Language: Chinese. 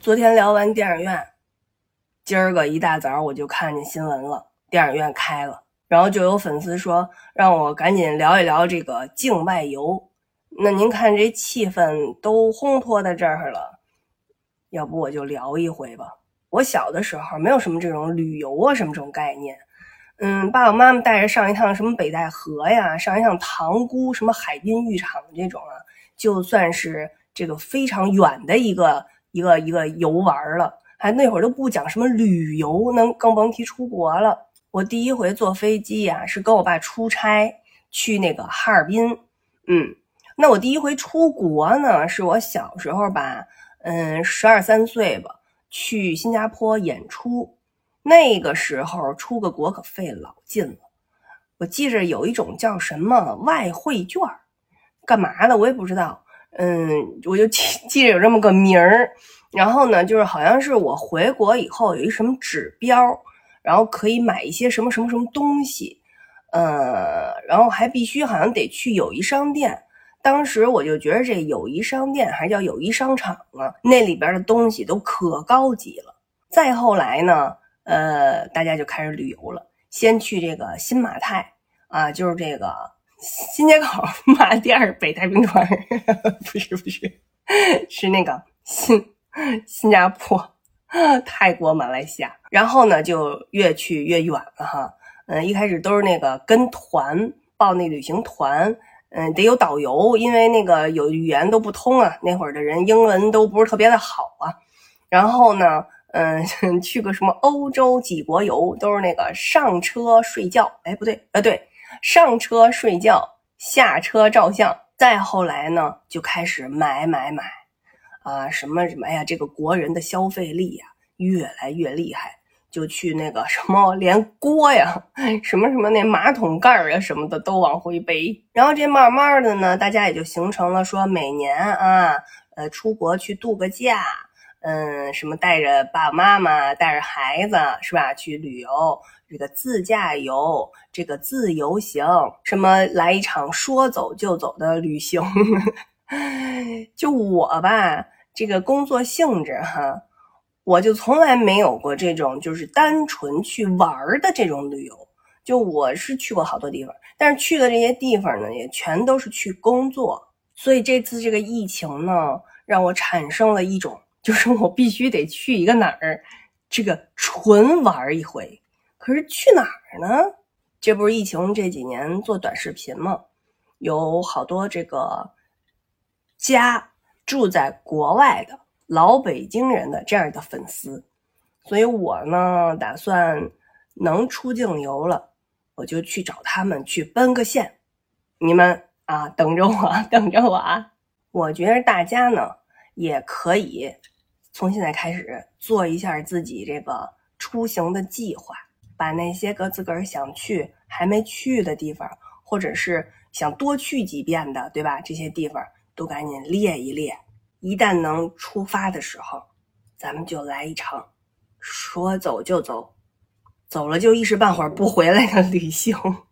昨天聊完电影院，今儿个一大早我就看见新闻了，电影院开了，然后就有粉丝说让我赶紧聊一聊这个境外游。那您看这气氛都烘托在这儿了，要不我就聊一回吧。我小的时候没有什么这种旅游啊什么这种概念，爸爸妈妈带着上一趟什么北戴河呀，上一趟塘沽什么海滨浴场这种啊，就算是这个非常远的一个游玩了，还那会儿都不讲什么旅游，更甭提出国了。我第一回坐飞机呀，是跟我爸出差去那个哈尔滨。那我第一回出国呢，是我小时候吧，12、13岁吧，去新加坡演出。那个时候出个国可费老劲了。我记着有一种叫什么外汇券，干嘛的我也不知道。我就记着有这么个名儿，然后呢，就是好像是我回国以后有一什么指标，然后可以买一些什么什么什么东西，然后还必须好像得去友谊商店。当时我就觉得这友谊商店还叫友谊商场啊，那里边的东西都可高级了。再后来呢，大家就开始旅游了，先去这个新马泰啊，就是这个新街口马甸北太平船不是是那个新加坡、泰国、马来西亚。然后呢就越去越远了哈。一开始都是那个跟团报那旅行团，得有导游，因为那个有语言都不通啊，那会儿的人英文都不是特别的好啊。然后呢去个什么欧洲几国游，都是那个上车睡觉，对，上车睡觉，下车照相。再后来呢，就开始买啊，什么，哎呀，这个国人的消费力呀，越来越厉害，就去那个什么，连锅呀，什么那马桶盖啊什么的都往回背。然后这慢慢的呢，大家也就形成了说每年啊，出国去度个假。什么带着爸爸妈妈带着孩子是吧，去旅游，这个自驾游，这个自由行，什么来一场说走就走的旅行就我吧，这个工作性质哈，我就从来没有过这种就是单纯去玩的这种旅游。就我是去过好多地方，但是去的这些地方呢，也全都是去工作。所以这次这个疫情呢，让我产生了一种就是我必须得去一个哪儿，这个纯玩一回。可是去哪儿呢？这不是疫情这几年做短视频吗？有好多这个家住在国外的老北京人的这样的粉丝，所以我呢打算能出境游了，我就去找他们去奔个现。你们啊，等着我啊！我觉得大家呢也可以从现在开始做一下自己这个出行的计划，把那些个自个儿想去还没去的地方，或者是想多去几遍的，对吧？这些地方都赶紧列一列，一旦能出发的时候，咱们就来一场说走就走，走了就一时半会儿不回来的旅行。